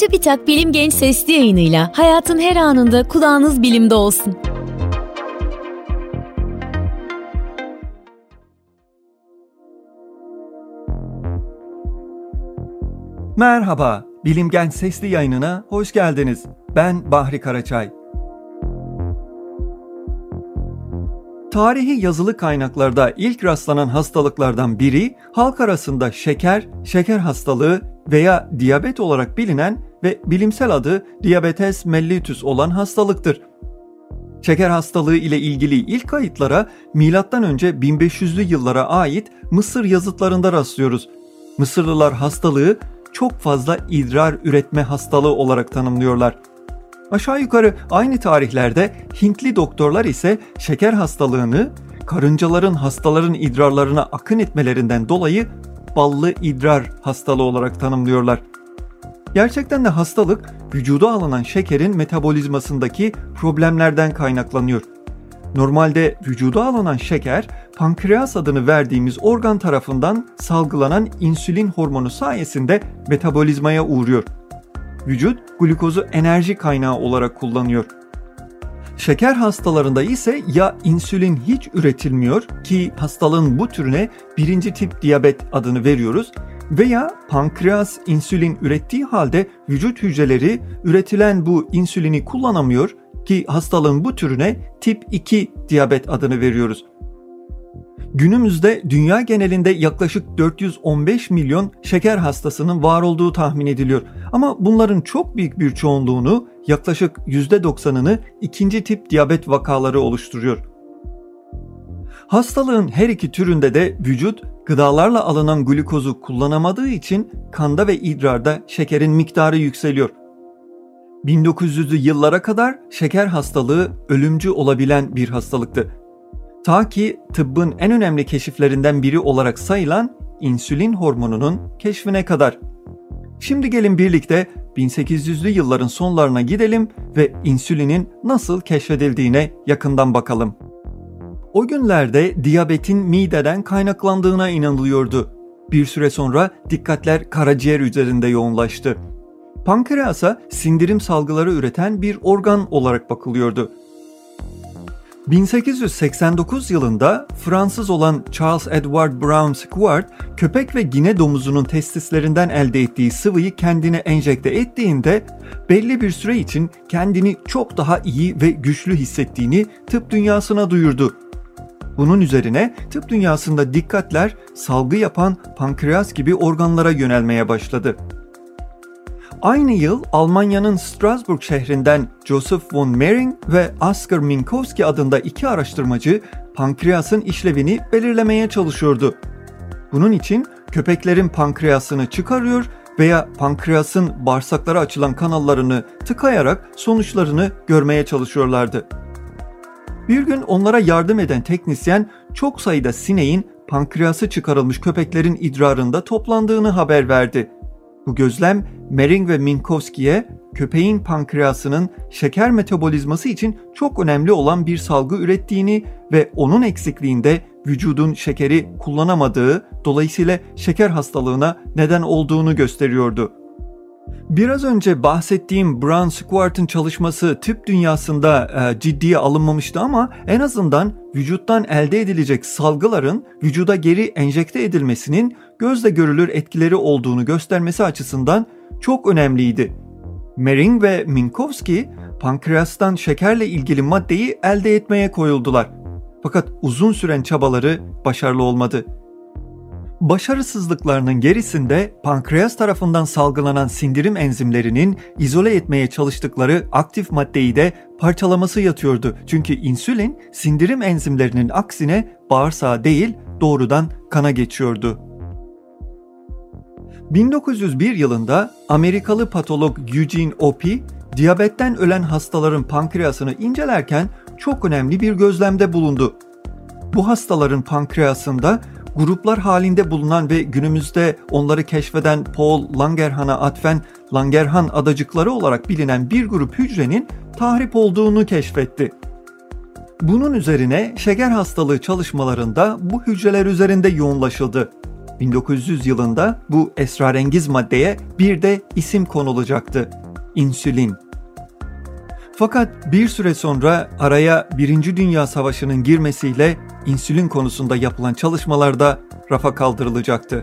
Çubitak Bilim Genç Sesli Yayınıyla hayatın her anında kulağınız bilimde olsun. Merhaba, Bilim Genç Sesli Yayınına hoş geldiniz. Ben Bahri Karaçay. Tarihi yazılı kaynaklarda ilk rastlanan hastalıklardan biri halk arasında şeker hastalığı veya diyabet olarak bilinen ve bilimsel adı diabetes mellitus olan hastalıktır. Şeker hastalığı ile ilgili ilk kayıtlara M.Ö. 1500'lü yıllara ait Mısır yazıtlarında rastlıyoruz. Mısırlılar hastalığı çok fazla idrar üretme hastalığı olarak tanımlıyorlar. Aşağı yukarı aynı tarihlerde Hintli doktorlar ise şeker hastalığını karıncaların hastaların idrarlarına akın etmelerinden dolayı ballı idrar hastalığı olarak tanımlıyorlar. Gerçekten de hastalık vücuda alınan şekerin metabolizmasındaki problemlerden kaynaklanıyor. Normalde vücuda alınan şeker pankreas adını verdiğimiz organ tarafından salgılanan insülin hormonu sayesinde metabolizmaya uğruyor. Vücut glukozu enerji kaynağı olarak kullanıyor. Şeker hastalarında ise ya insülin hiç üretilmiyor ki hastalığın bu türüne 1. tip diyabet adını veriyoruz veya pankreas insülin ürettiği halde vücut hücreleri üretilen bu insülini kullanamıyor ki hastalığın bu türüne tip 2 diyabet adını veriyoruz. Günümüzde dünya genelinde yaklaşık 415 milyon şeker hastasının var olduğu tahmin ediliyor. Ama bunların çok büyük bir çoğunluğunu, yaklaşık %90'ını 2. tip diyabet vakaları oluşturuyor. Hastalığın her iki türünde de vücut gıdalarla alınan glukozu kullanamadığı için kanda ve idrarda şekerin miktarı yükseliyor. 1900'lü yıllara kadar şeker hastalığı ölümcül olabilen bir hastalıktı. Ta ki tıbbın en önemli keşiflerinden biri olarak sayılan insülin hormonunun keşfine kadar. Şimdi gelin birlikte 1800'lü yılların sonlarına gidelim ve insülinin nasıl keşfedildiğine yakından bakalım. O günlerde diyabetin mideden kaynaklandığına inanılıyordu. Bir süre sonra dikkatler karaciğer üzerinde yoğunlaştı. Pankreasa sindirim salgıları üreten bir organ olarak bakılıyordu. 1889 yılında Fransız olan Charles Edward Brown Squart, köpek ve gine domuzunun testislerinden elde ettiği sıvıyı kendine enjekte ettiğinde belli bir süre için kendini çok daha iyi ve güçlü hissettiğini tıp dünyasına duyurdu. Bunun üzerine tıp dünyasında dikkatler salgı yapan pankreas gibi organlara yönelmeye başladı. Aynı yıl Almanya'nın Strasbourg şehrinden Joseph von Mering ve Oskar Minkowski adında iki araştırmacı pankreasın işlevini belirlemeye çalışıyordu. Bunun için köpeklerin pankreasını çıkarıyor veya pankreasın bağırsaklara açılan kanallarını tıkayarak sonuçlarını görmeye çalışıyorlardı. Bir gün onlara yardım eden teknisyen çok sayıda sineğin pankreası çıkarılmış köpeklerin idrarında toplandığını haber verdi. Bu gözlem Mering ve Minkowski'ye köpeğin pankreasının şeker metabolizması için çok önemli olan bir salgı ürettiğini ve onun eksikliğinde vücudun şekeri kullanamadığı, dolayısıyla şeker hastalığına neden olduğunu gösteriyordu. Biraz önce bahsettiğim Brown Squart'ın çalışması tıp dünyasında ciddiye alınmamıştı ama en azından vücuttan elde edilecek salgıların vücuda geri enjekte edilmesinin gözle görülür etkileri olduğunu göstermesi açısından çok önemliydi. Mering ve Minkowski pankreastan şekerle ilgili maddeyi elde etmeye koyuldular. Fakat uzun süren çabaları başarılı olmadı. Başarısızlıklarının gerisinde pankreas tarafından salgılanan sindirim enzimlerinin izole etmeye çalıştıkları aktif maddeyi de parçalaması yatıyordu. Çünkü insülin sindirim enzimlerinin aksine bağırsağa değil doğrudan kana geçiyordu. 1901 yılında Amerikalı patolog Eugene Opie, diyabetten ölen hastaların pankreasını incelerken çok önemli bir gözlemde bulundu. Bu hastaların pankreasında gruplar halinde bulunan ve günümüzde onları keşfeden Paul Langerhans'a atfen Langerhans adacıkları olarak bilinen bir grup hücrenin tahrip olduğunu keşfetti. Bunun üzerine şeker hastalığı çalışmalarında bu hücreler üzerinde yoğunlaşıldı. 1900 yılında bu esrarengiz maddeye bir de isim konulacaktı: insülin. Fakat bir süre sonra araya Birinci Dünya Savaşı'nın girmesiyle insülin konusunda yapılan çalışmalar da rafa kaldırılacaktı.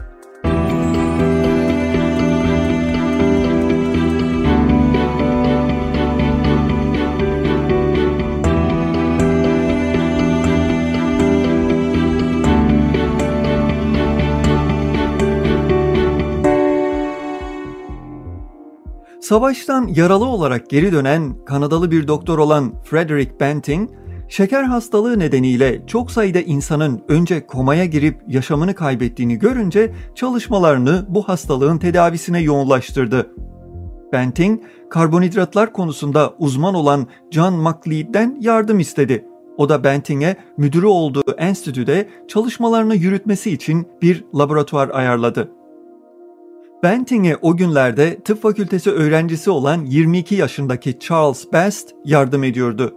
Savaştan yaralı olarak geri dönen Kanadalı bir doktor olan Frederick Banting, şeker hastalığı nedeniyle çok sayıda insanın önce komaya girip yaşamını kaybettiğini görünce çalışmalarını bu hastalığın tedavisine yoğunlaştırdı. Banting, karbonhidratlar konusunda uzman olan John McLeod'den yardım istedi. O da Banting'e müdürü olduğu enstitüde çalışmalarını yürütmesi için bir laboratuvar ayarladı. Banting'e o günlerde tıp fakültesi öğrencisi olan 22 yaşındaki Charles Best yardım ediyordu.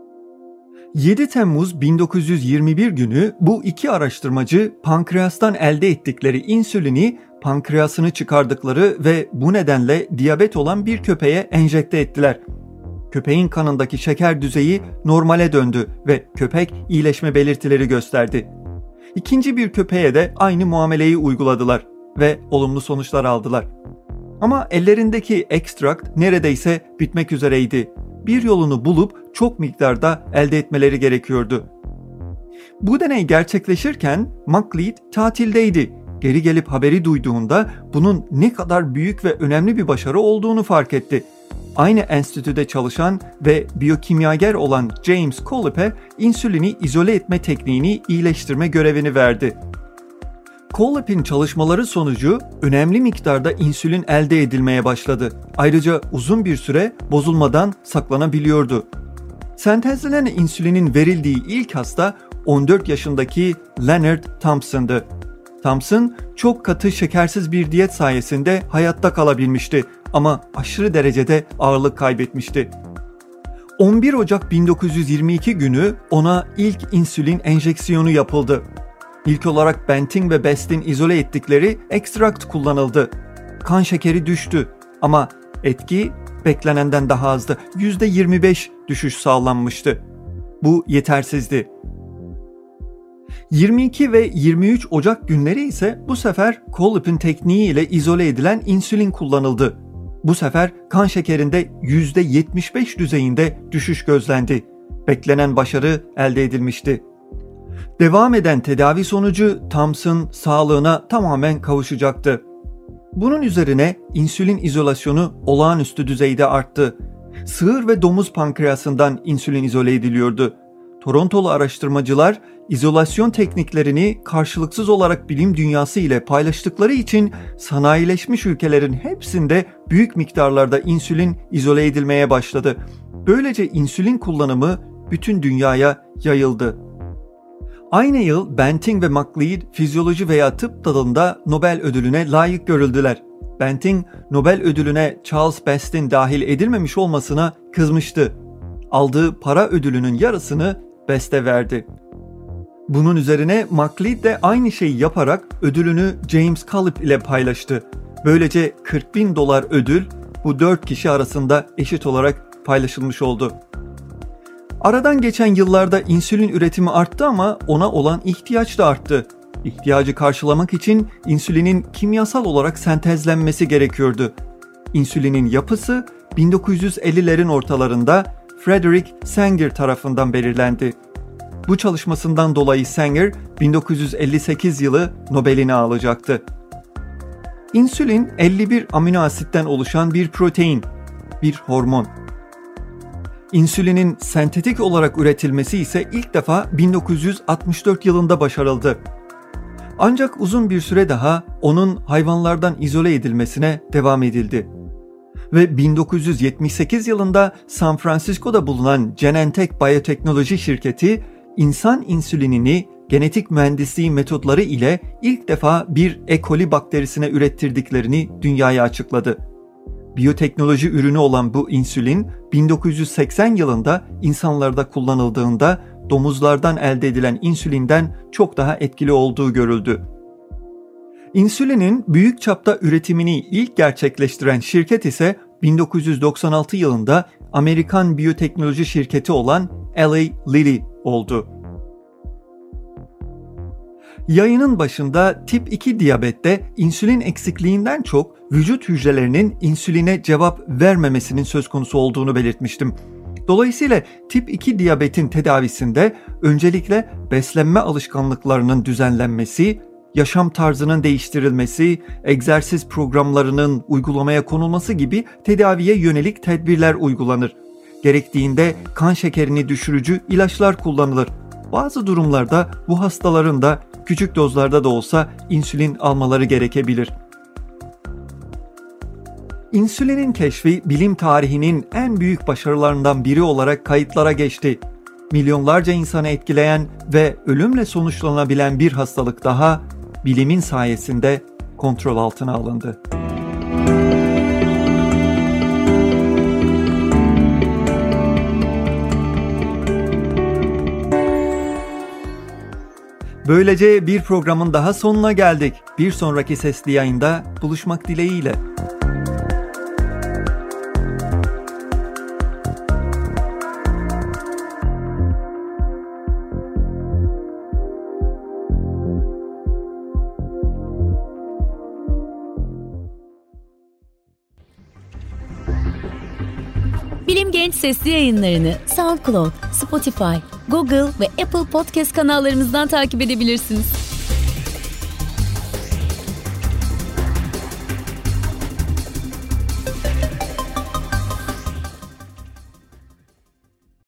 7 Temmuz 1921 günü bu iki araştırmacı pankreastan elde ettikleri insülini pankreasını çıkardıkları ve bu nedenle diyabet olan bir köpeğe enjekte ettiler. Köpeğin kanındaki şeker düzeyi normale döndü ve köpek iyileşme belirtileri gösterdi. İkinci bir köpeğe de aynı muameleyi uyguladılar ve olumlu sonuçlar aldılar. Ama ellerindeki ekstrakt neredeyse bitmek üzereydi. Bir yolunu bulup çok miktarda elde etmeleri gerekiyordu. Bu deney gerçekleşirken McLeod tatildeydi. Geri gelip haberi duyduğunda bunun ne kadar büyük ve önemli bir başarı olduğunu fark etti. Aynı enstitüde çalışan ve biyokimyager olan James Collip'e insülini izole etme tekniğini iyileştirme görevini verdi. Collip'in çalışmaları sonucu önemli miktarda insülin elde edilmeye başladı. Ayrıca uzun bir süre bozulmadan saklanabiliyordu. Sentezlenen insülinin verildiği ilk hasta 14 yaşındaki Leonard Thompson'dı. Thompson çok katı şekersiz bir diyet sayesinde hayatta kalabilmişti ama aşırı derecede ağırlık kaybetmişti. 11 Ocak 1922 günü ona ilk insülin enjeksiyonu yapıldı. İlk olarak Banting ve Best'in izole ettikleri ekstrakt kullanıldı. Kan şekeri düştü ama etki beklenenden daha azdı. %25 düşüş sağlanmıştı. Bu yetersizdi. 22 ve 23 Ocak günleri ise bu sefer Collip'in tekniğiyle izole edilen insülin kullanıldı. Bu sefer kan şekerinde %75 düzeyinde düşüş gözlendi. Beklenen başarı elde edilmişti. Devam eden tedavi sonucu Thompson sağlığına tamamen kavuşacaktı. Bunun üzerine insülin izolasyonu olağanüstü düzeyde arttı. Sığır ve domuz pankreasından insülin izole ediliyordu. Torontolu araştırmacılar izolasyon tekniklerini karşılıksız olarak bilim dünyası ile paylaştıkları için sanayileşmiş ülkelerin hepsinde büyük miktarlarda insülin izole edilmeye başladı. Böylece insülin kullanımı bütün dünyaya yayıldı. Aynı yıl Banting ve McLeod fizyoloji veya tıp dalında Nobel ödülüne layık görüldüler. Banting, Nobel ödülüne Charles Best'in dahil edilmemiş olmasına kızmıştı. Aldığı para ödülünün yarısını Best'e verdi. Bunun üzerine McLeod de aynı şeyi yaparak ödülünü James Collip ile paylaştı. Böylece $40.000 ödül bu 4 kişi arasında eşit olarak paylaşılmış oldu. Aradan geçen yıllarda insülin üretimi arttı ama ona olan ihtiyaç da arttı. İhtiyacı karşılamak için insülinin kimyasal olarak sentezlenmesi gerekiyordu. İnsülinin yapısı 1950'lerin ortalarında Frederick Sanger tarafından belirlendi. Bu çalışmasından dolayı Sanger 1958 yılı Nobel'ini alacaktı. İnsülin 51 amino asitten oluşan bir protein, bir hormon. İnsülinin sentetik olarak üretilmesi ise ilk defa 1964 yılında başarıldı. Ancak uzun bir süre daha onun hayvanlardan izole edilmesine devam edildi. Ve 1978 yılında San Francisco'da bulunan Genentech Biyoteknoloji şirketi, insan insülinini genetik mühendisliği metotları ile ilk defa bir E. coli bakterisine ürettirdiklerini dünyaya açıkladı. Biyoteknoloji ürünü olan bu insülin 1980 yılında insanlarda kullanıldığında domuzlardan elde edilen insülinden çok daha etkili olduğu görüldü. İnsülinin büyük çapta üretimini ilk gerçekleştiren şirket ise 1996 yılında Amerikan biyoteknoloji şirketi olan Eli Lilly oldu. Yayının başında tip 2 diyabette insülin eksikliğinden çok vücut hücrelerinin insüline cevap vermemesinin söz konusu olduğunu belirtmiştim. Dolayısıyla tip 2 diyabetin tedavisinde öncelikle beslenme alışkanlıklarının düzenlenmesi, yaşam tarzının değiştirilmesi, egzersiz programlarının uygulamaya konulması gibi tedaviye yönelik tedbirler uygulanır. Gerektiğinde kan şekerini düşürücü ilaçlar kullanılır. Bazı durumlarda bu hastaların da küçük dozlarda da olsa insülin almaları gerekebilir. İnsülinin keşfi bilim tarihinin en büyük başarılarından biri olarak kayıtlara geçti. Milyonlarca insanı etkileyen ve ölümle sonuçlanabilen bir hastalık daha bilimin sayesinde kontrol altına alındı. Böylece bir programın daha sonuna geldik. Bir sonraki sesli yayında buluşmak dileğiyle. Bilim Genç sesli yayınlarını SoundCloud, Spotify, Google ve Apple Podcast kanallarımızdan takip edebilirsiniz.